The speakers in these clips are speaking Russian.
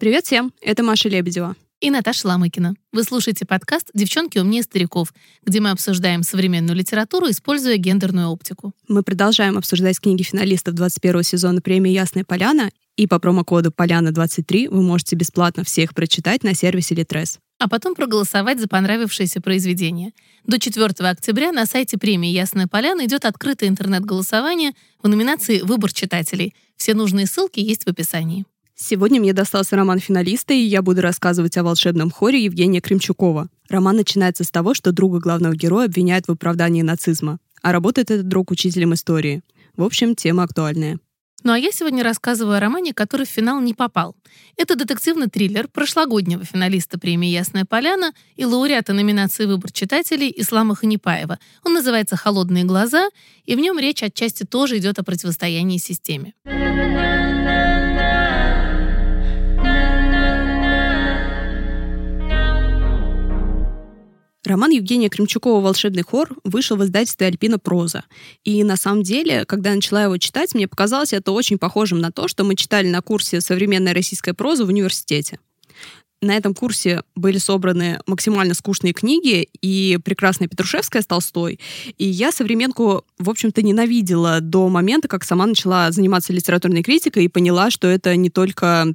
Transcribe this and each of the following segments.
Привет всем, это Маша Лебедева. И Наташа Ломыкина. Вы слушаете подкаст «Девчонки умнее стариков», где мы обсуждаем современную литературу, используя гендерную оптику. Мы продолжаем обсуждать книги финалистов 21-го сезона премии «Ясная поляна», и по промокоду «Поляна23» вы можете бесплатно все их прочитать на сервисе Литрес. А потом проголосовать за понравившееся произведение. До 4 октября на сайте премии «Ясная поляна» идет открытое интернет-голосование в номинации «Выбор читателей». Все нужные ссылки есть в описании. Сегодня мне достался роман финалиста, и я буду рассказывать о волшебном хоре Евгения Кремчукова. Роман начинается с того, что друга главного героя обвиняют в оправдании нацизма, а работает этот друг учителем истории. В общем, тема актуальная. Ну а я сегодня рассказываю о романе, который в финал не попал. Это детективный триллер прошлогоднего финалиста премии «Ясная поляна» и лауреата номинации «Выбор читателей» Ислама Ханипаева. Он называется «Холодные глаза», и в нем речь отчасти тоже идет о противостоянии системе. Роман Евгения Кремчукова «Волшебный хор» вышел в издательстве «Альпина Проза». И на самом деле, когда я начала его читать, мне показалось это очень похожим на то, что мы читали на курсе «Современная российская проза» в университете. На этом курсе были собраны максимально скучные книги и прекрасная Петрушевская с Толстой. И я современку, в общем-то, ненавидела до момента, как сама начала заниматься литературной критикой и поняла, что это не только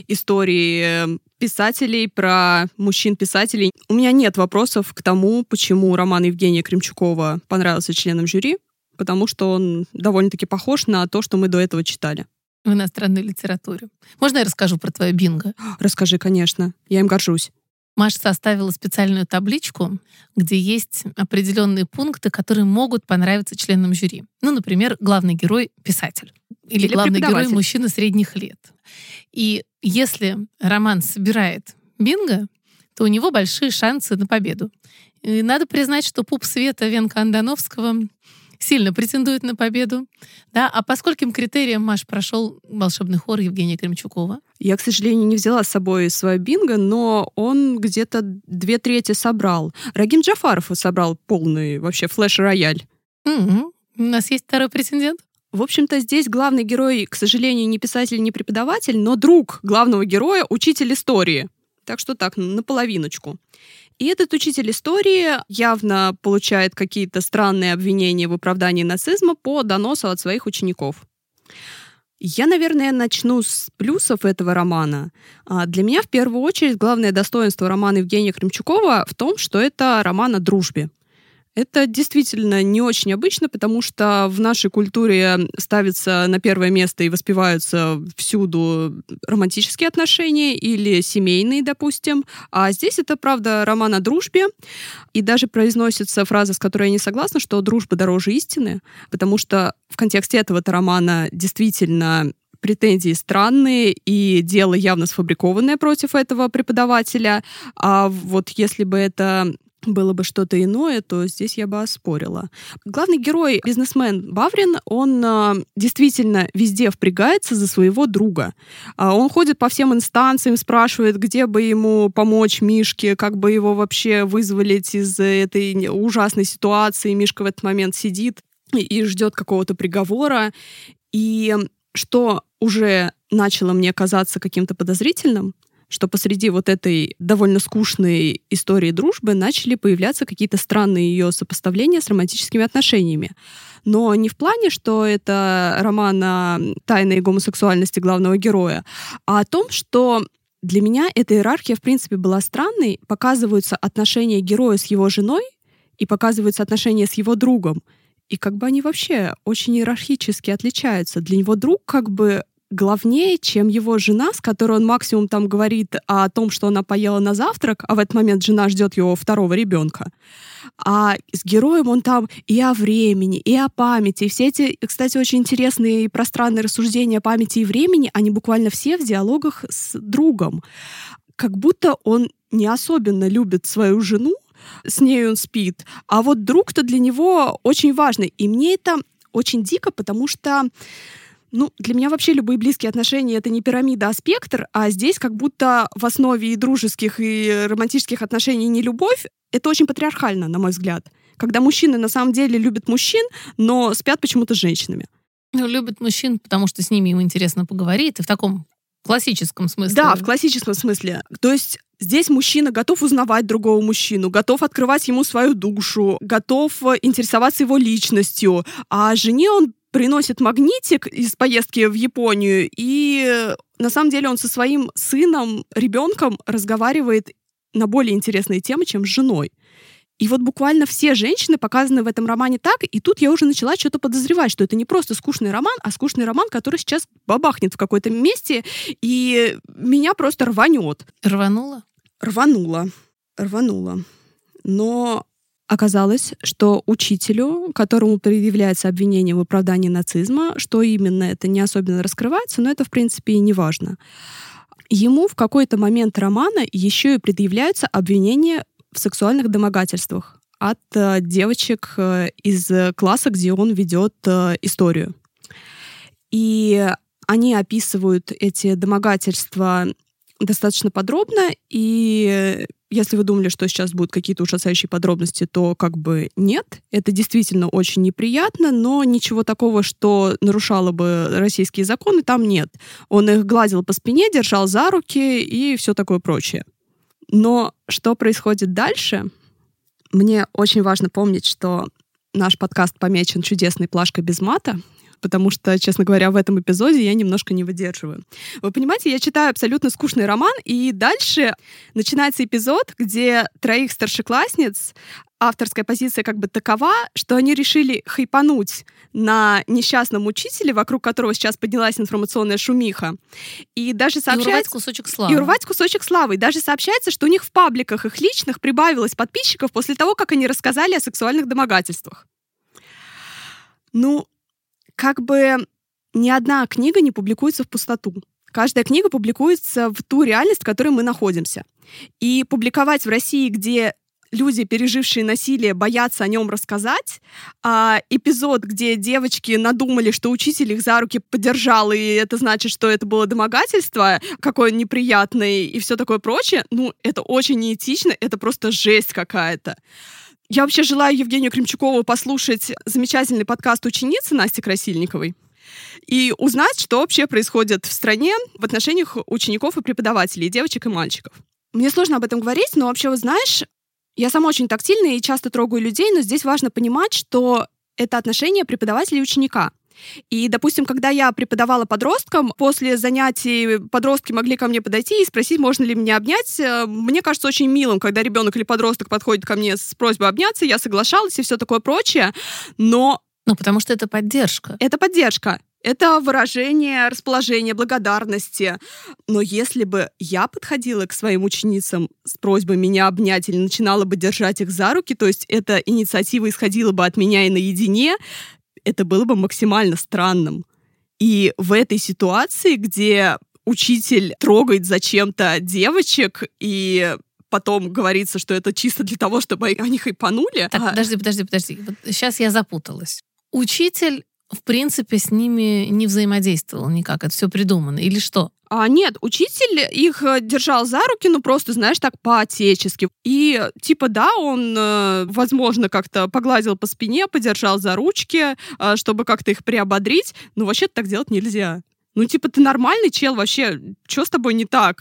истории писателей, про мужчин-писателей. У меня нет вопросов к тому, почему роман Евгения Кремчукова понравился членам жюри, потому что он довольно-таки похож на то, что мы до этого читали. В иностранной литературе. Можно я расскажу про твое бинго? Расскажи, конечно. Я им горжусь. Маша составила специальную табличку, где есть определенные пункты, которые могут понравиться членам жюри. Ну, например, главный герой — писатель. Или главный герой — мужчина средних лет. И если роман собирает бинго, то у него большие шансы на победу. И надо признать, что «Пуп света» Венка Андановского сильно претендует на победу. Да? А по скольким критериям, Маш, прошел «Волшебный хор» Евгения Кремчукова? Я, к сожалению, не взяла с собой свое бинго, но он где-то 2/3 собрал. Рагим Джафаров собрал полный вообще флеш-рояль. У нас есть второй претендент? В общем-то, здесь главный герой, к сожалению, не писатель, не преподаватель, но друг главного героя — учитель истории. Так что так, наполовиночку. И этот учитель истории явно получает какие-то странные обвинения в оправдании нацизма по доносу от своих учеников. Я, наверное, начну с плюсов этого романа. Для меня, в первую очередь, главное достоинство романа Евгения Кремчукова в том, что это роман о дружбе. Это действительно не очень обычно, потому что в нашей культуре ставятся на первое место и воспеваются всюду романтические отношения или семейные, допустим. А здесь это, правда, роман о дружбе. И даже произносится фраза, с которой я не согласна, что дружба дороже истины, потому что в контексте этого-то романа действительно претензии странные, и дело явно сфабрикованное против этого преподавателя. А вот если бы это было бы что-то иное, то здесь я бы оспорила. Главный герой, бизнесмен Баврин, он действительно везде впрягается за своего друга. Он ходит по всем инстанциям, спрашивает, где бы ему помочь Мишке, как бы его вообще вызволить из этой ужасной ситуации. Мишка в этот момент сидит и ждет какого-то приговора. И что уже начало мне казаться каким-то подозрительным, что посреди вот этой довольно скучной истории дружбы начали появляться какие-то странные ее сопоставления с романтическими отношениями. Но не в плане, что это роман о тайной гомосексуальности главного героя, а о том, что для меня эта иерархия, в принципе, была странной. Показываются отношения героя с его женой и показываются отношения с его другом. И как бы они вообще очень иерархически отличаются. Для него друг как бы главнее, чем его жена, с которой он максимум там говорит о том, что она поела на завтрак, а в этот момент жена ждет его второго ребенка. А с героем он там и о времени, и о памяти. И все эти, кстати, очень интересные и пространные рассуждения о памяти и времени, они буквально все в диалогах с другом. Как будто он не особенно любит свою жену, с ней он спит, а вот друг-то для него очень важный. И мне это очень дико, потому что для меня вообще любые близкие отношения — это не пирамида, а спектр, а здесь как будто в основе и дружеских, и романтических отношений не любовь. Это очень патриархально, на мой взгляд. Когда мужчины на самом деле любят мужчин, но спят почему-то с женщинами. Любят мужчин, потому что с ними им интересно поговорить, и в таком классическом смысле. Да, в классическом смысле. То есть здесь мужчина готов узнавать другого мужчину, готов открывать ему свою душу, готов интересоваться его личностью, а жене он приносит магнитик из поездки в Японию, и на самом деле он со своим сыном, ребенком разговаривает на более интересные темы, чем с женой. И вот буквально все женщины показаны в этом романе так, и тут я уже начала что-то подозревать, что это не просто скучный роман, а скучный роман, который сейчас бабахнет в какой-то месте, и меня просто рванет. Рванула? Рванула. Но оказалось, что учителю, которому предъявляется обвинение в оправдании нацизма, что именно это не особенно раскрывается, но это, в принципе, и не важно. Ему в какой-то момент романа еще и предъявляются обвинения в сексуальных домогательствах от девочек из класса, где он ведет историю. И они описывают эти домогательства достаточно подробно, и если вы думали, что сейчас будут какие-то ужасающие подробности, то как бы нет. Это действительно очень неприятно, но ничего такого, что нарушало бы российские законы, там нет. Он их гладил по спине, держал за руки и все такое прочее. Но что происходит дальше? Мне очень важно помнить, что наш подкаст помечен чудесной плашкой без мата, потому что, честно говоря, в этом эпизоде я немножко не выдерживаю. Вы понимаете, я читаю абсолютно скучный роман, и дальше начинается эпизод, где 3 старшеклассниц, авторская позиция как бы такова, что они решили хайпануть на несчастном учителе, вокруг которого сейчас поднялась информационная шумиха. И даже сообщается... И урвать кусочек славы. И урвать кусочек славы. И даже сообщается, что у них в пабликах их личных прибавилось подписчиков после того, как они рассказали о сексуальных домогательствах. Ну, как бы ни одна книга не публикуется в пустоту. Каждая книга публикуется в ту реальность, в которой мы находимся. И публиковать в России, где люди, пережившие насилие, боятся о нем рассказать, эпизод, где девочки надумали, что учитель их за руки подержал, и это значит, что это было домогательство, какое неприятное и все такое прочее, ну, это очень неэтично, это просто жесть какая-то. Я вообще желаю Евгению Кремчукову послушать замечательный подкаст ученицы Насти Красильниковой и узнать, что вообще происходит в стране в отношениях учеников и преподавателей, девочек и мальчиков. Мне сложно об этом говорить, но вообще, вот знаешь, я сама очень тактильная и часто трогаю людей, но здесь важно понимать, что это отношение преподавателя и ученика. И, допустим, когда я преподавала подросткам, после занятий подростки могли ко мне подойти и спросить, можно ли меня обнять. Мне кажется очень милым, когда ребенок или подросток подходит ко мне с просьбой обняться, я соглашалась и все такое прочее, но... Ну, потому что это поддержка. Это поддержка. Это выражение расположения, благодарности. Но если бы я подходила к своим ученицам с просьбой меня обнять или начинала бы держать их за руки, то есть эта инициатива исходила бы от меня и наедине, это было бы максимально странным. И в этой ситуации, где учитель трогает зачем-то девочек, и потом говорится, что это чисто для того, чтобы они хайпанули... Так, подожди. Вот сейчас я запуталась. Учитель, в принципе, с ними не взаимодействовал никак. Это все придумано. Или что? Нет, учитель их держал за руки, ну просто, знаешь, так по-отечески. И типа, да, он, возможно, как-то погладил по спине, подержал за ручки, чтобы как-то их приободрить. Но вообще-то так делать нельзя. Ну, типа, ты нормальный чел вообще, что с тобой не так?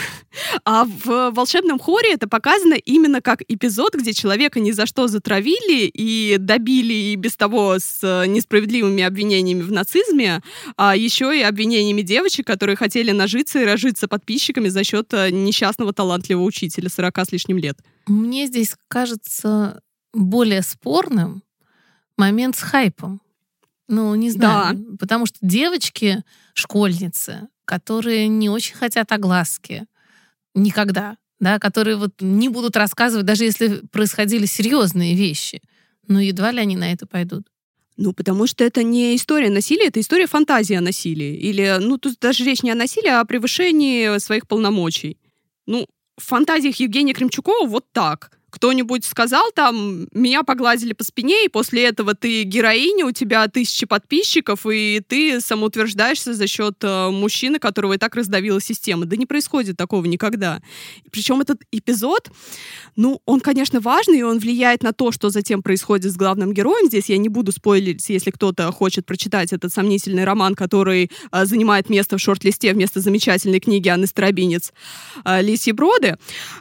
А в «Волшебном хоре» это показано именно как эпизод, где человека ни за что затравили и добили и без того с несправедливыми обвинениями в нацизме, а еще и обвинениями девочек, которые хотели нажиться и разжиться подписчиками за счет несчастного талантливого учителя 40 с лишним лет. Мне здесь кажется более спорным момент с хайпом. Ну, не знаю. Да. Потому что девочки, школьницы, которые не очень хотят огласки никогда, да, которые вот не будут рассказывать, даже если происходили серьезные вещи, но едва ли они на это пойдут. Ну, потому что это не история насилия, это история фантазии о насилии. Или, ну, тут даже речь не о насилии, а о превышении своих полномочий. Ну, в фантазиях Евгения Кремчукова вот так. кто-нибудь сказал там, меня погладили по спине, и после этого ты героиня, у тебя 1000 подписчиков, и ты самоутверждаешься за счет мужчины, которого и так раздавила система. Да не происходит такого никогда. Причем этот эпизод, он, конечно, важный, и он влияет на то, что затем происходит с главным героем. Здесь я не буду спойлерить, если кто-то хочет прочитать этот сомнительный роман, который занимает место в шорт-листе вместо замечательной книги Анны Старобинец «Лисьи броды».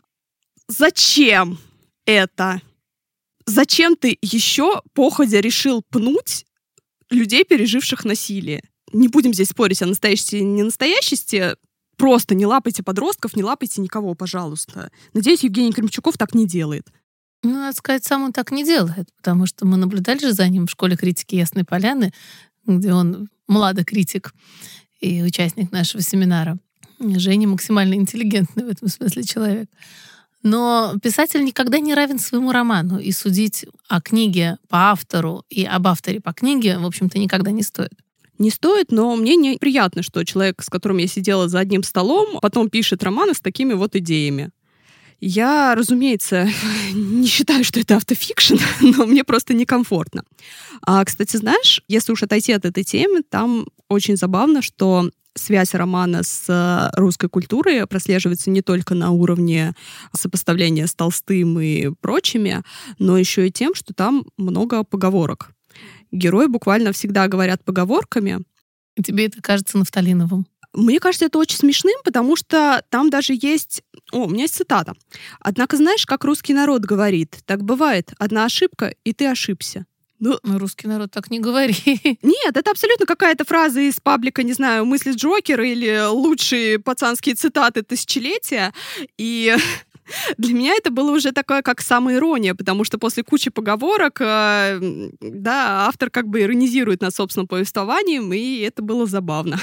Зачем это? Зачем ты еще походя решил пнуть людей, переживших насилие? Не будем здесь спорить о настоящести и ненастоящести. Просто не лапайте подростков, не лапайте никого, пожалуйста. Надеюсь, Евгений Кремчуков так не делает. Надо сказать, сам он так не делает, потому что мы наблюдали же за ним в школе критики Ясной Поляны, где он младокритик и участник нашего семинара. Женя максимально интеллигентный в этом смысле человек. Но писатель никогда не равен своему роману, и судить о книге по автору и об авторе по книге, в общем-то, никогда не стоит. Не стоит, но мне неприятно, что человек, с которым я сидела за одним столом, потом пишет романы с такими вот идеями. Я, разумеется, не считаю, что это автофикшн, но мне просто некомфортно. Кстати, знаешь, если уж отойти от этой темы, там очень забавно, что связь романа с русской культурой прослеживается не только на уровне сопоставления с Толстым и прочими, но еще и тем, что там много поговорок. Герои буквально всегда говорят поговорками. И тебе это кажется нафталиновым? Мне кажется, это очень смешным, потому что там даже есть... у меня есть цитата. «Однако знаешь, как русский народ говорит? Так бывает. Одна ошибка, и ты ошибся». Русский народ так не говорит. Нет, это абсолютно какая-то фраза из паблика, не знаю, «Мысли Джокера» или «Лучшие пацанские цитаты тысячелетия». И для меня это было уже такое, как самоирония, потому что после кучи поговорок, автор как бы иронизирует над собственным повествованием, и это было забавно.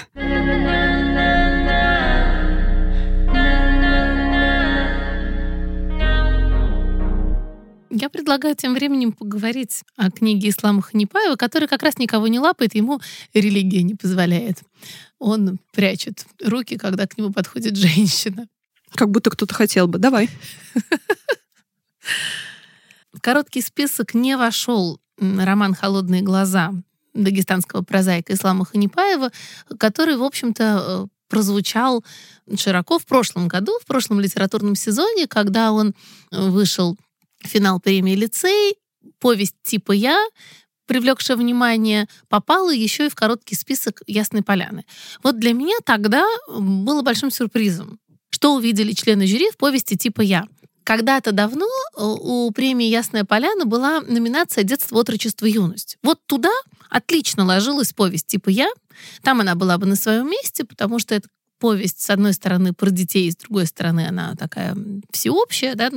Я предлагаю тем временем поговорить о книге Ислама Ханипаева, который как раз никого не лапает, ему религия не позволяет. Он прячет руки, когда к нему подходит женщина. Как будто кто-то хотел бы. Давай. В короткий список не вошел роман «Холодные глаза» дагестанского прозаика Ислама Ханипаева, который, в общем-то, прозвучал широко в прошлом году, в прошлом литературном сезоне, когда он вышел в финал премии «Лицей». Повесть типа «Я», привлекшая внимание, попала еще и в короткий список Ясной Поляны. Вот для меня тогда было большим сюрпризом, что увидели члены жюри в повести типа «Я». Когда-то давно у премии «Ясная Поляна» была номинация «Детство, отрочество, юность». Вот туда отлично ложилась повесть типа «Я». Там она была бы на своем месте, потому что это повесть, с одной стороны, про детей, с другой стороны, она такая всеобщая. Да?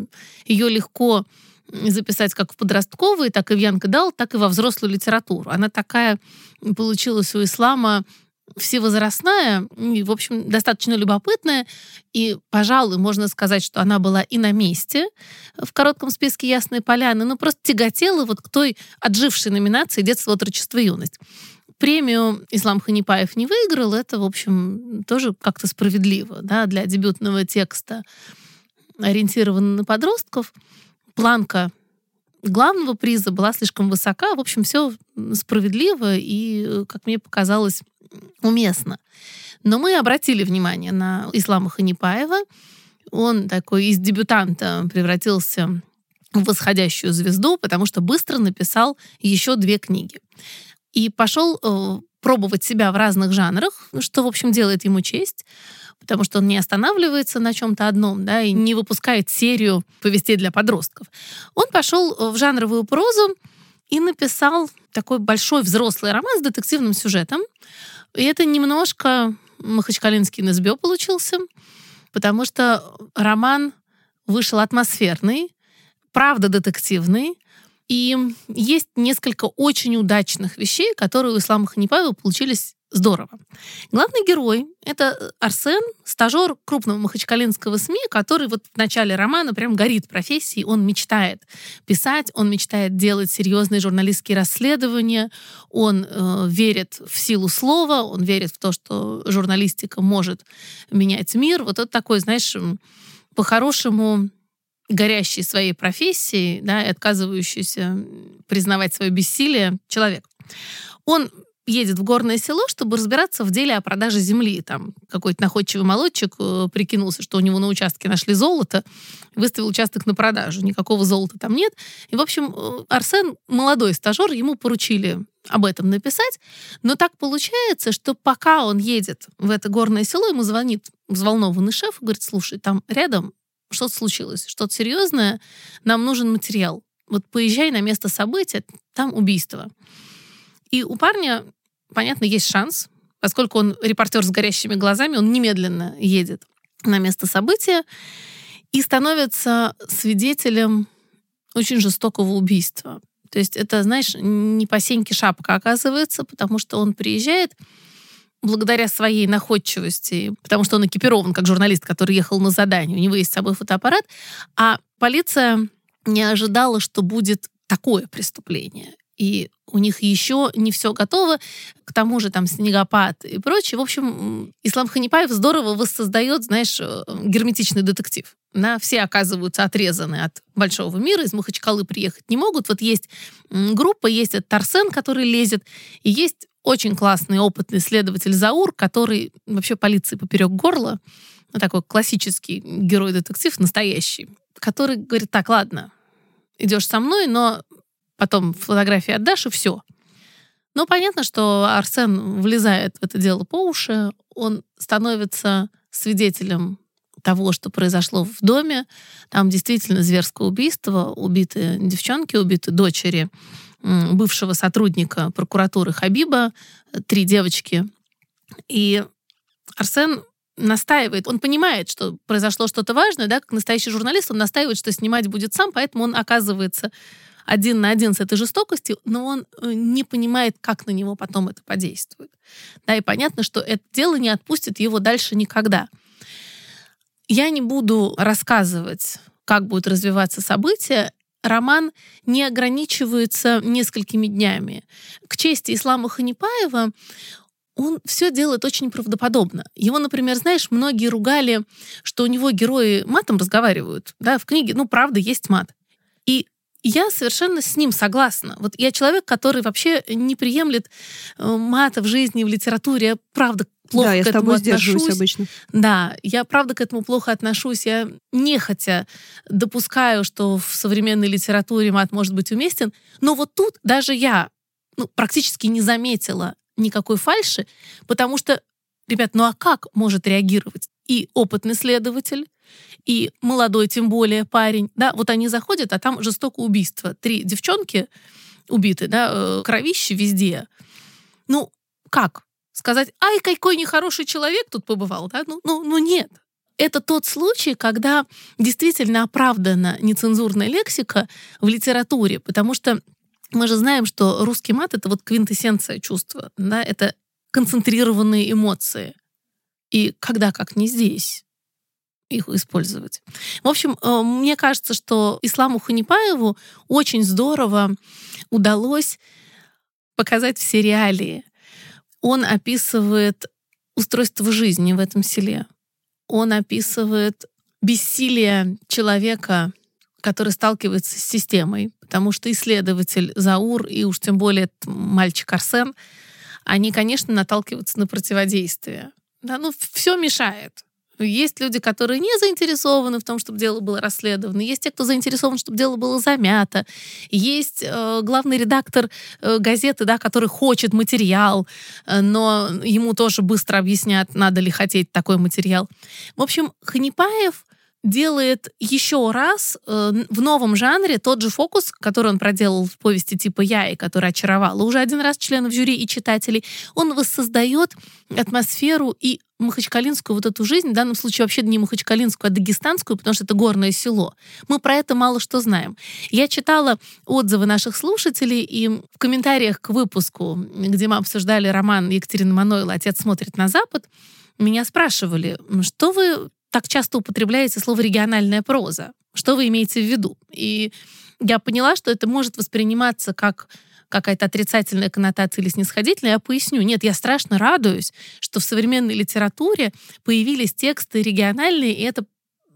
Ее легко записать как в подростковые, так и в Янг Адалт, так и во взрослую литературу. Она такая получилась у Ислама всевозрастная и, в общем, достаточно любопытная. И, пожалуй, можно сказать, что она была и на месте в коротком списке «Ясной Поляны», но просто тяготела вот к той отжившей номинации «Детство, отрочество, юность». Премию Ислам Ханипаев не выиграл. Это, в общем, тоже как-то справедливо, да, для дебютного текста, ориентированного на подростков. Планка главного приза была слишком высока. В общем, все справедливо и, как мне показалось, уместно. Но мы обратили внимание на Ислама Ханипаева. Он такой из дебютанта превратился в восходящую звезду, потому что быстро написал еще 2 книги. И пошел пробовать себя в разных жанрах, что, в общем, делает ему честь, потому что он не останавливается на чем-то одном, да, и не выпускает серию повестей для подростков. Он пошел в жанровую прозу и написал такой большой взрослый роман с детективным сюжетом. И это немножко махачкалинский НСБ получился, потому что роман вышел атмосферный, правда детективный, и есть несколько очень удачных вещей, которые у Ислама Ханипаева получились здорово. Главный герой — это Арсен, стажер крупного махачкалинского СМИ, который вот в начале романа прям горит профессией. Он мечтает писать, он мечтает делать серьезные журналистские расследования, он верит в силу слова, он верит в то, что журналистика может менять мир. Вот это такой, знаешь, по-хорошему горящий своей профессией, да, и отказывающийся признавать свое бессилие человек. Он едет в горное село, чтобы разбираться в деле о продаже земли. Там какой-то находчивый молодчик прикинулся, что у него на участке нашли золото, выставил участок на продажу. Никакого золота там нет. И, в общем, Арсен, молодой стажер, ему поручили об этом написать. Но так получается, что пока он едет в это горное село, ему звонит взволнованный шеф и говорит: слушай, там рядом что-то случилось, что-то серьезное, нам нужен материал. Вот поезжай на место события, там убийство. И у парня, понятно, есть шанс, поскольку он репортер с горящими глазами, он немедленно едет на место события и становится свидетелем очень жестокого убийства. То есть это, знаешь, не по сеньке шапка оказывается, потому что он приезжает благодаря своей находчивости, потому что он экипирован как журналист, который ехал на задание, у него есть с собой фотоаппарат, а полиция не ожидала, что будет такое преступление. И у них еще не все готово, к тому же там снегопад и прочее. В общем, Ислам Ханипаев здорово воссоздает, знаешь, герметичный детектив. Да, все оказываются отрезаны от большого мира, из Махачкалы приехать не могут. Вот есть группа, есть этот Арсен, который лезет, и есть очень классный, опытный следователь Заур, который вообще полиции поперек горла, такой классический герой-детектив, настоящий, который говорит: так, ладно, идешь со мной, но потом фотографии отдашь, и все. Но понятно, что Арсен влезает в это дело по уши, он становится свидетелем того, что произошло в доме. Там действительно зверское убийство, убиты девчонки, убиты дочери бывшего сотрудника прокуратуры Хабиба, 3 девочки. И Арсен настаивает, он понимает, что произошло что-то важное, да, как настоящий журналист, он настаивает, что снимать будет сам, поэтому он оказывается 1 на 1 с этой жестокостью, но он не понимает, как на него потом это подействует. Да, и понятно, что это дело не отпустит его дальше никогда. Я не буду рассказывать, как будут развиваться события. Роман не ограничивается несколькими днями. К чести Ислама Ханипаева, он все делает очень правдоподобно. Его, например, знаешь, многие ругали, что у него герои матом разговаривают. Да, в книге, правда, есть мат. И я совершенно с ним согласна. Вот я человек, который вообще не приемлет мата в жизни, в литературе. Я, правда, плохо к этому отношусь. Да, я с тобой сдерживаюсь обычно. Да, я, правда, к этому плохо отношусь. Я нехотя допускаю, что в современной литературе мат может быть уместен. Но вот тут даже я практически не заметила никакой фальши, потому что, ребят, а как может реагировать и опытный следователь, и молодой, тем более, парень, да, вот они заходят, а там жестокое убийство. 3 девчонки убиты, да, кровище везде. Как? Сказать: ай, какой нехороший человек тут побывал, да? Нет. Это тот случай, когда действительно оправдана нецензурная лексика в литературе, потому что мы же знаем, что русский мат — это вот квинтэссенция чувства, да, это концентрированные эмоции. И когда, как не здесь, их использовать. В общем, мне кажется, что Исламу Ханипаеву очень здорово удалось показать все реалии. Он описывает устройство жизни в этом селе. Он описывает бессилие человека, который сталкивается с системой, потому что исследователь Заур и уж тем более мальчик Арсен, они, конечно, наталкиваются на противодействие. Да, все мешает. Есть люди, которые не заинтересованы в том, чтобы дело было расследовано. Есть те, кто заинтересован, чтобы дело было замято. Есть главный редактор газеты, да, который хочет материал, но ему тоже быстро объяснят, надо ли хотеть такой материал. В общем, Ханипаев делает еще раз в новом жанре тот же фокус, который он проделал в повести типа «Я», и который очаровал уже 1 раз членов жюри и читателей. Он воссоздает атмосферу и махачкалинскую вот эту жизнь, в данном случае вообще не махачкалинскую, а дагестанскую, потому что это горное село. Мы про это мало что знаем. Я читала отзывы наших слушателей, и в комментариях к выпуску, где мы обсуждали роман Екатерины Манойло «Отец смотрит на Запад», меня спрашивали: что вы так часто употребляете слово «региональная проза»? Что вы имеете в виду? И я поняла, что это может восприниматься как какая-то отрицательная коннотация или снисходительная. Я поясню. Нет, я страшно радуюсь, что в современной литературе появились тексты региональные, и это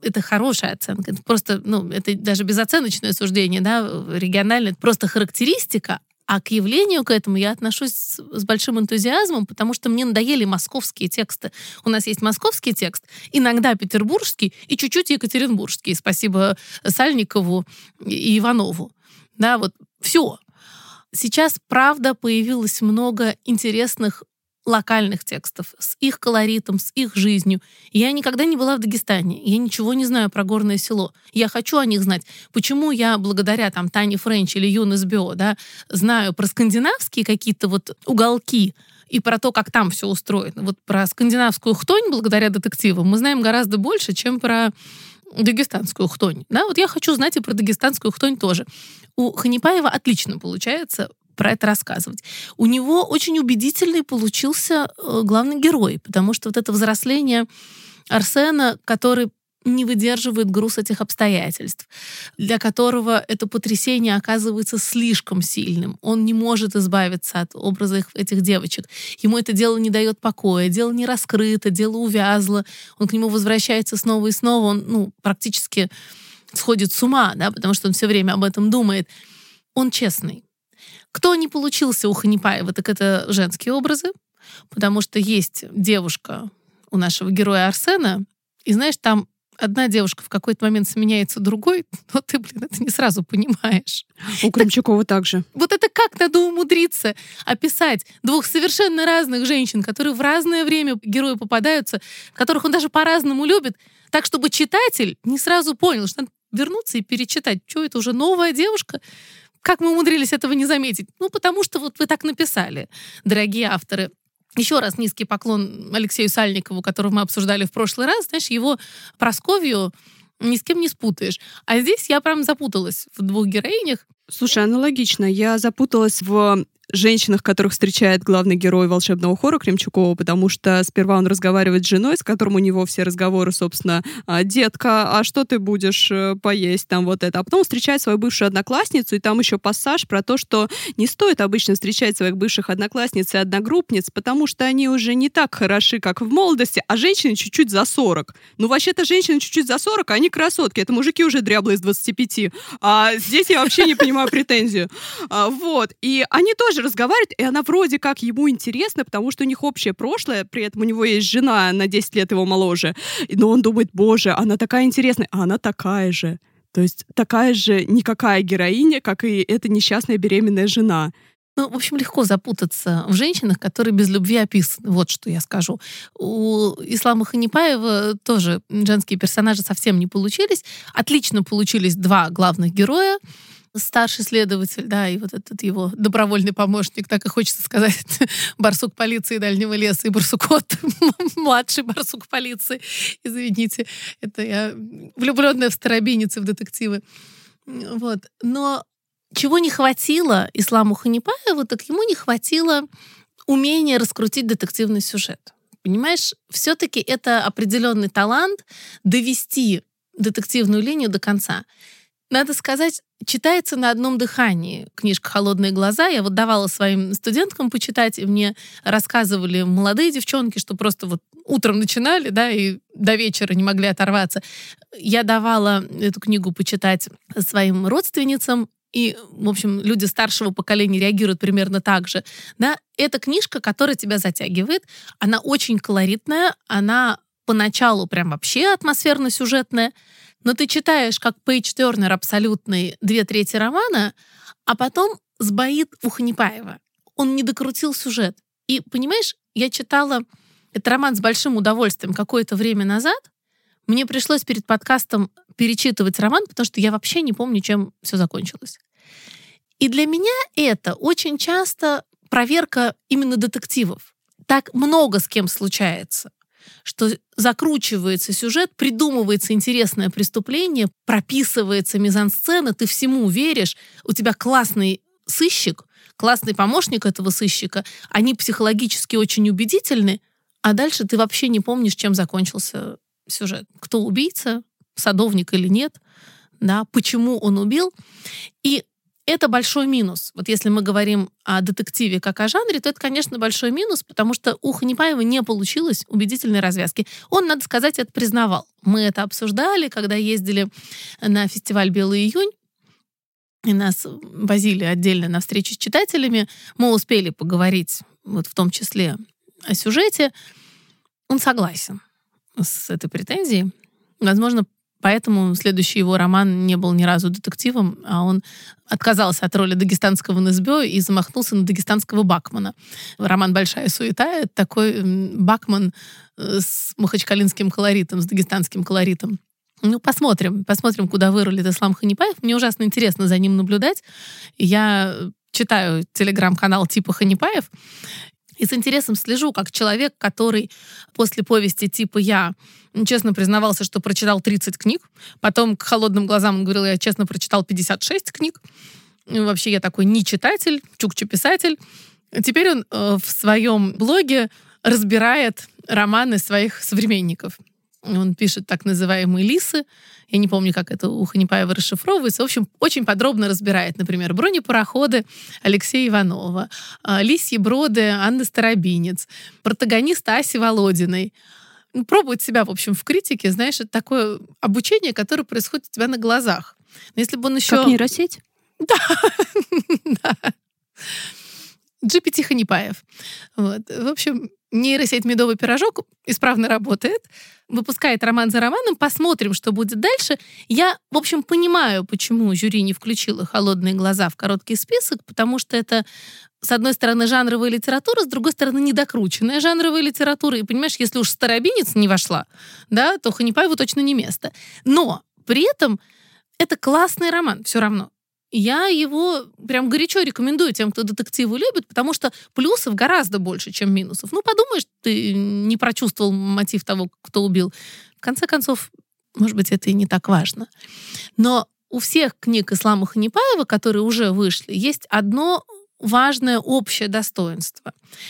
это хорошая оценка. Это просто, это даже безоценочное суждение, да, региональное, это просто характеристика. А к явлению к этому я отношусь с большим энтузиазмом, потому что мне надоели московские тексты. У нас есть московский текст, иногда петербургский и чуть-чуть екатеринбургский. Спасибо Сальникову и Иванову. Да, вот все. Сейчас, правда, появилось много интересных локальных текстов с их колоритом, с их жизнью. Я никогда не была в Дагестане, я ничего не знаю про горное село. Я хочу о них знать. Почему я благодаря Тане Френч или Юнес Био, да, знаю про скандинавские какие-то вот уголки и про то, как там все устроено. Вот про скандинавскую хтонь благодаря детективам мы знаем гораздо больше, чем про дагестанскую хтонь. Да? Вот я хочу знать и про дагестанскую хтонь тоже. У Ханипаева отлично получается про это рассказывать. У него очень убедительный получился главный герой, потому что вот это взросление Арсена, который не выдерживает груз этих обстоятельств, для которого это потрясение оказывается слишком сильным. Он не может избавиться от образа этих девочек. Ему это дело не дает покоя, дело не раскрыто, дело увязло. Он к нему возвращается снова и снова, он практически сходит с ума, да, потому что он все время об этом думает. Он честный. Кто не получился у Ханипаева, так это женские образы, потому что есть девушка у нашего героя Арсена, и знаешь, там одна девушка в какой-то момент сменяется другой, но ты, это не сразу понимаешь. У Кремчукова также. Вот это как надо умудриться описать двух совершенно разных женщин, которые в разное время герою попадаются, которых он даже по-разному любит, так, чтобы читатель не сразу понял, что надо вернуться и перечитать. Что, это уже новая девушка? Как мы умудрились этого не заметить? Потому что вот вы так написали, дорогие авторы. Еще раз низкий поклон Алексею Сальникову, которого мы обсуждали в прошлый раз. Знаешь, его Прасковью ни с кем не спутаешь. А здесь я прям запуталась в двух героинях. Слушай, аналогично. Я запуталась в женщинах, которых встречает главный герой «Волшебного хора» Кремчукова, потому что сперва он разговаривает с женой, с которым у него все разговоры, собственно, «Детка, а что ты будешь поесть?» Там вот это. А потом встречает свою бывшую одноклассницу, и там еще пассаж про то, что не стоит обычно встречать своих бывших одноклассниц и одногруппниц, потому что они уже не так хороши, как в молодости, а женщины чуть-чуть за 40. Вообще-то женщины чуть-чуть за 40, а они красотки. Это мужики уже дряблые с 25. А здесь я вообще не понимаю претензию. Вот. И они тоже разговаривают, и она вроде как ему интересна, потому что у них общее прошлое, при этом у него есть жена на 10 лет его моложе. Но он думает, боже, она такая интересная, а она такая же. То есть такая же никакая героиня, как и эта несчастная беременная жена. В общем, легко запутаться в женщинах, которые без любви описаны. Вот что я скажу. У Ислама Ханипаева тоже женские персонажи совсем не получились. Отлично получились два главных героя. Старший следователь, да, и вот этот его добровольный помощник, так и хочется сказать, барсук полиции Дальнего леса и барсукот, младший барсук полиции. Извините, это я влюбленная в старобинец и в детективы. Вот. Но чего не хватило Исламу Ханипаеву, так ему не хватило умения раскрутить детективный сюжет. Понимаешь, все-таки это определенный талант довести детективную линию до конца. Надо сказать, читается на одном дыхании книжка «Холодные глаза». Я вот давала своим студенткам почитать, и мне рассказывали молодые девчонки, что просто вот утром начинали, да, и до вечера не могли оторваться. Я давала эту книгу почитать своим родственницам, и, в общем, люди старшего поколения реагируют примерно так же. Да? Это книжка, которая тебя затягивает. Она очень колоритная, она поначалу прям вообще атмосферно-сюжетная, но ты читаешь, как пейдж-тернер абсолютный 2/3 романа, а потом сбоит у Ханипаева. Он не докрутил сюжет. И, понимаешь, я читала этот роман с большим удовольствием какое-то время назад. Мне пришлось перед подкастом перечитывать роман, потому что я вообще не помню, чем все закончилось. И для меня это очень часто проверка именно детективов. Так много с кем случается, что закручивается сюжет, придумывается интересное преступление, прописывается мизансцена, ты всему веришь, у тебя классный сыщик, классный помощник этого сыщика, они психологически очень убедительны, а дальше ты вообще не помнишь, чем закончился сюжет. Кто убийца, садовник или нет, да, почему он убил. И это большой минус. Вот если мы говорим о детективе как о жанре, то это, конечно, большой минус, потому что у Ханипаева не получилось убедительной развязки. Он, надо сказать, это признавал. Мы это обсуждали, когда ездили на фестиваль «Белый июнь», и нас возили отдельно на встречу с читателями. Мы успели поговорить, вот в том числе о сюжете. Он согласен с этой претензией. Возможно, поэтому следующий его роман не был ни разу детективом, а он отказался от роли дагестанского НСБ и замахнулся на дагестанского Бакмана. Роман «Большая суета» — это такой Бакман с махачкалинским колоритом, с дагестанским колоритом. Посмотрим, куда вырулит Ислам Ханипаев. Мне ужасно интересно за ним наблюдать. Я читаю телеграм-канал типа Ханипаев и с интересом слежу, как человек, который после повести типа «Я» честно признавался, что прочитал 30 книг, потом к холодным глазам он говорил, я честно прочитал 56 книг. И вообще я такой не читатель, чукча-писатель. Теперь он в своем блоге разбирает романы своих современников. Он пишет так называемые лисы. Я не помню, как это у Ханипаева расшифровывается. В общем, очень подробно разбирает, например, «Бронепароходы» Алексея Иванова, «Лисьи броды» Анны Старобинец, протагониста Аси Володиной. Пробовать себя, в общем, в критике, знаешь, это такое обучение, которое происходит у тебя на глазах. Но если бы он еще... Как нейросеть? Да. GPT Ханипаев. Вот. В общем, нейросеть «Медовый пирожок» исправно работает, выпускает роман за романом, посмотрим, что будет дальше. Я, в общем, понимаю, почему жюри не включило «Холодные глаза» в короткий список, потому что это, с одной стороны, жанровая литература, с другой стороны, недокрученная жанровая литература. И, понимаешь, если уж Старобинец не вошла, да, то Ханипаеву точно не место. Но при этом это классный роман все равно. Я его прям горячо рекомендую тем, кто детективы любит, потому что плюсов гораздо больше, чем минусов. Подумаешь, ты не прочувствовал мотив того, кто убил. В конце концов, может быть, это и не так важно. Но у всех книг Ислама Ханипаева, которые уже вышли, есть одно важное общее достоинство.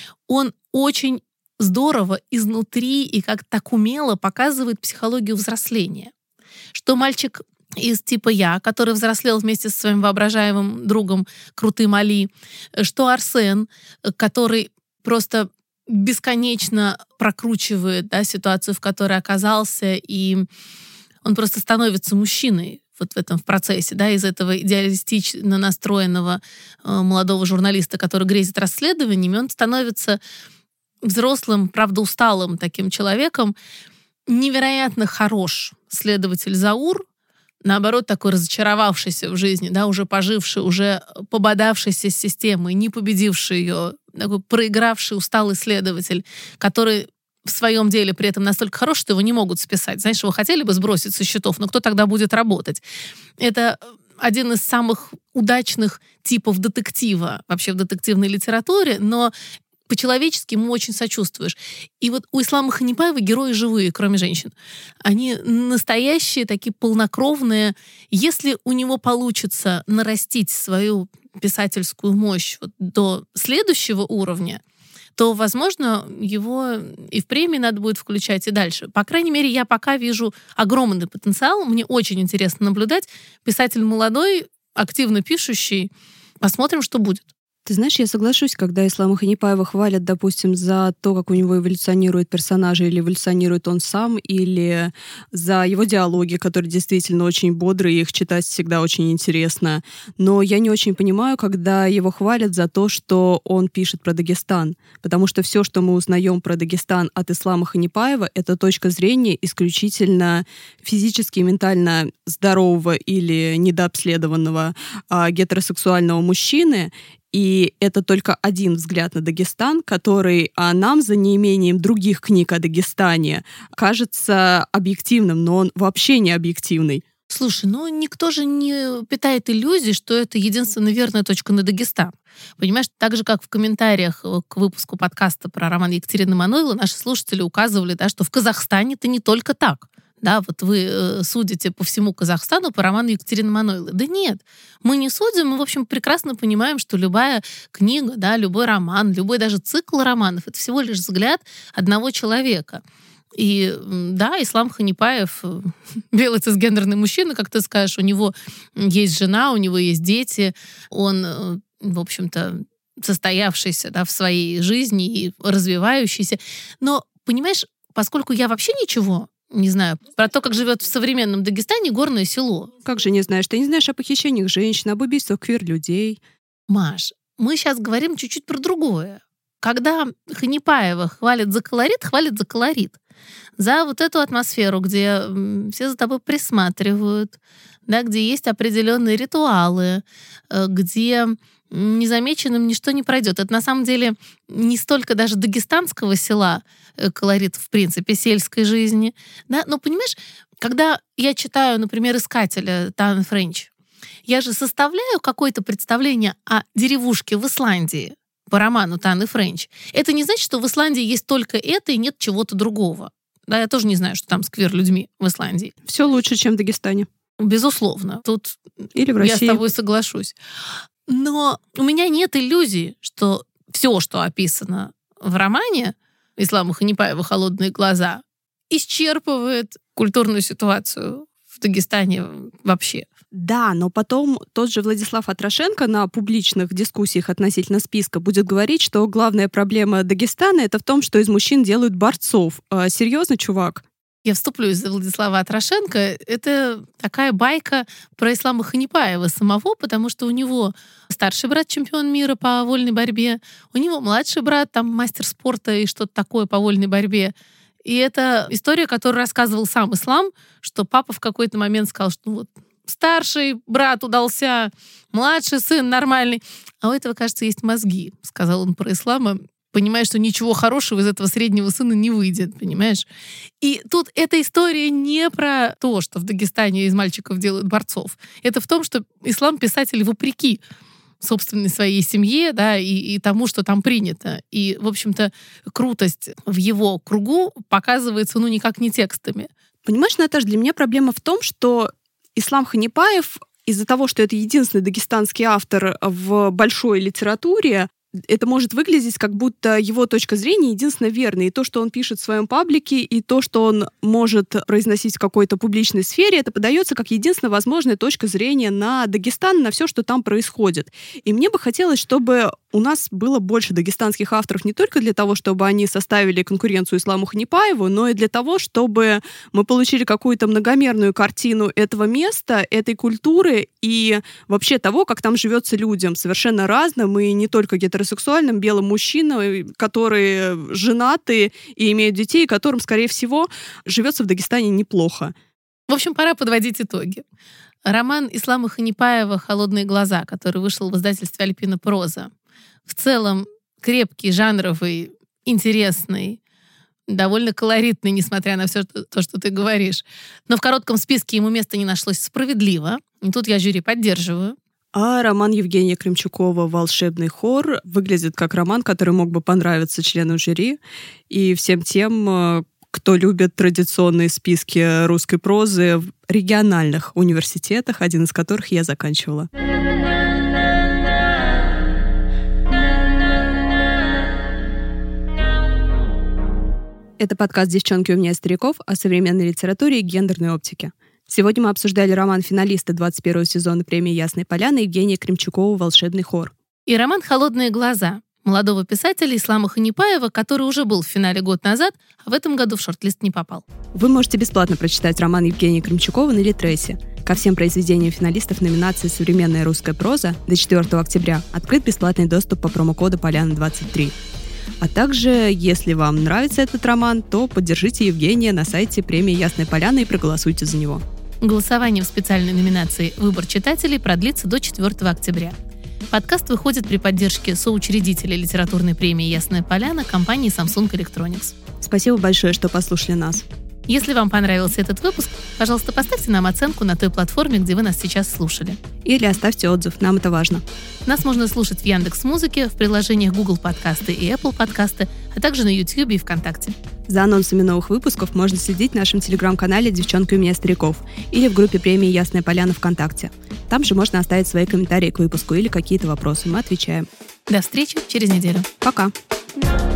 Он очень здорово изнутри и как так умело показывает психологию взросления. Что мальчик из типа «Я», который взрослел вместе со своим воображаемым другом Крутым Али, что Арсен, который просто бесконечно прокручивает, да, ситуацию, в которой оказался, и он просто становится мужчиной вот в этом в процессе, да, из этого идеалистично настроенного молодого журналиста, который грезит расследованиями, он становится взрослым, правда, усталым таким человеком. Невероятно хорош следователь Заур, наоборот, такой разочаровавшийся в жизни, да, уже поживший, уже пободавшийся с системой, не победивший ее, такой проигравший, усталый следователь, который в своем деле при этом настолько хорош, что его не могут списать. Знаешь, его хотели бы сбросить со счетов, но кто тогда будет работать? Это один из самых удачных типов детектива вообще в детективной литературе, но по-человечески ему очень сочувствуешь. И вот у Ислама Ханипаева герои живые, кроме женщин. Они настоящие, такие полнокровные. Если у него получится нарастить свою писательскую мощь вот до следующего уровня, то, возможно, его и в премии надо будет включать и дальше. По крайней мере, я пока вижу огромный потенциал. Мне очень интересно наблюдать. Писатель молодой, активно пишущий. Посмотрим, что будет. Ты знаешь, я соглашусь, когда Ислама Ханипаева хвалят, допустим, за то, как у него эволюционируют персонажи, или эволюционирует он сам, или за его диалоги, которые действительно очень бодрые, их читать всегда очень интересно. Но я не очень понимаю, когда его хвалят за то, что он пишет про Дагестан. Потому что все, что мы узнаем про Дагестан от Ислама Ханипаева, это точка зрения исключительно физически и ментально здорового или недообследованного гетеросексуального мужчины. И это только один взгляд на Дагестан, который нам, за неимением других книг о Дагестане, кажется объективным, но он вообще не объективный. Слушай, никто же не питает иллюзий, что это единственная верная точка на Дагестан. Понимаешь, так же, как в комментариях к выпуску подкаста про роман Екатерины Мануйловой наши слушатели указывали, да, что в Казахстане это не только так. Да, вот вы судите по всему Казахстану по роману Екатерины Мануйловой. Да нет, мы не судим, мы, в общем, прекрасно понимаем, что любая книга, да, любой роман, любой даже цикл романов — это всего лишь взгляд одного человека. И да, Ислам Ханипаев белый цисгендерный мужчина, как ты скажешь, у него есть жена, у него есть дети, он, в общем-то, состоявшийся, да, в своей жизни и развивающийся. Но, понимаешь, поскольку я вообще ничего не знаю про то, как живет в современном Дагестане горное село. Как же не знаешь? Ты не знаешь о похищениях женщин, об убийствах квир-людей. Маш, мы сейчас говорим чуть-чуть про другое. Когда Ханипаева хвалят за колорит. За вот эту атмосферу, где все за тобой присматривают, да, где есть определенные ритуалы, где незамеченным ничто не пройдет. Это на самом деле не столько даже дагестанского села колорит, в принципе, сельской жизни. Да? Но понимаешь, когда я читаю, например, «Искателя» Таны Френч, я же составляю какое-то представление о деревушке в Исландии по роману Таны Френч. Это не значит, что в Исландии есть только это и нет чего-то другого. Да, я тоже не знаю, что там с квир-людьми в Исландии. Все лучше, чем в Дагестане. Безусловно. Тут или в России. Я с тобой соглашусь. Но у меня нет иллюзий, что все, что описано в романе Ислама Ханипаева «Холодные глаза», исчерпывает культурную ситуацию в Дагестане вообще. Да, но потом тот же Владислав Атрошенко на публичных дискуссиях относительно списка будет говорить, что главная проблема Дагестана — это в том, что из мужчин делают борцов. Серьезно, чувак? Я вступлюсь за Владислава Атрошенко. Это такая байка про Ислама Ханипаева самого, потому что у него старший брат чемпион мира по вольной борьбе, у него младший брат, там, мастер спорта и что-то такое по вольной борьбе. И это история, которую рассказывал сам Ислам, что папа в какой-то момент сказал, что вот старший брат удался, младший сын нормальный. А у этого, кажется, есть мозги, сказал он про Ислама, понимая, что ничего хорошего из этого среднего сына не выйдет, понимаешь? И тут эта история не про то, что в Дагестане из мальчиков делают борцов. Это в том, что Ислам писатель вопреки собственной своей семье, да, и тому, что там принято. И, в общем-то, крутость в его кругу показывается, ну, никак не текстами. Понимаешь, Наташа, для меня проблема в том, что Ислам Ханипаев из-за того, что это единственный дагестанский автор в большой литературе, это может выглядеть, как будто его точка зрения единственно верная. И то, что он пишет в своем паблике, и то, что он может произносить в какой-то публичной сфере, это подается как единственно возможная точка зрения на Дагестан, на все, что там происходит. И мне бы хотелось, чтобы у нас было больше дагестанских авторов не только для того, чтобы они составили конкуренцию Исламу Ханипаеву, но и для того, чтобы мы получили какую-то многомерную картину этого места, этой культуры и вообще того, как там живется людям, совершенно разным, и не только гетеросексуальным белым мужчинам, которые женаты и имеют детей, которым, скорее всего, живется в Дагестане неплохо. В общем, пора подводить итоги. Роман Ислама Ханипаева «Холодные глаза», который вышел в издательстве «Альпина Проза», в целом крепкий, жанровый, интересный, довольно колоритный, несмотря на все то, что ты говоришь. Но в коротком списке ему места не нашлось справедливо. И тут я жюри поддерживаю. А роман Евгения Кремчукова «Волшебный хор» выглядит как роман, который мог бы понравиться членам жюри и всем тем, кто любит традиционные списки русской прозы в региональных университетах, один из которых я заканчивала. Это подкаст «Девчонки умнее стариков» о современной литературе и гендерной оптике. Сегодня мы обсуждали роман финалиста 21-го сезона премии «Ясная поляна» Евгения Кремчукова «Волшебный хор». И роман «Холодные глаза» молодого писателя Ислама Ханипаева, который уже был в финале год назад, а в этом году в шорт-лист не попал. Вы можете бесплатно прочитать роман Евгения Кремчукова на Литресе. Ко всем произведениям финалистов номинации «Современная русская проза» до 4 октября открыт бесплатный доступ по промокоду «Поляна23». А также, если вам нравится этот роман, то поддержите Евгения на сайте премии «Ясная поляна» и проголосуйте за него. Голосование в специальной номинации «Выбор читателей» продлится до 4 октября. Подкаст выходит при поддержке соучредителя литературной премии «Ясная поляна» компании Samsung Electronics. Спасибо большое, что послушали нас. Если вам понравился этот выпуск, пожалуйста, поставьте нам оценку на той платформе, где вы нас сейчас слушали. Или оставьте отзыв, нам это важно. Нас можно слушать в Яндекс.Музыке, в приложениях Google подкасты и Apple подкасты, а также на YouTube и ВКонтакте. За анонсами новых выпусков можно следить в нашем телеграм-канале «Девчонки умнее стариков» или в группе премии «Ясная поляна» ВКонтакте. Там же можно оставить свои комментарии к выпуску или какие-то вопросы. Мы отвечаем. До встречи через неделю. Пока.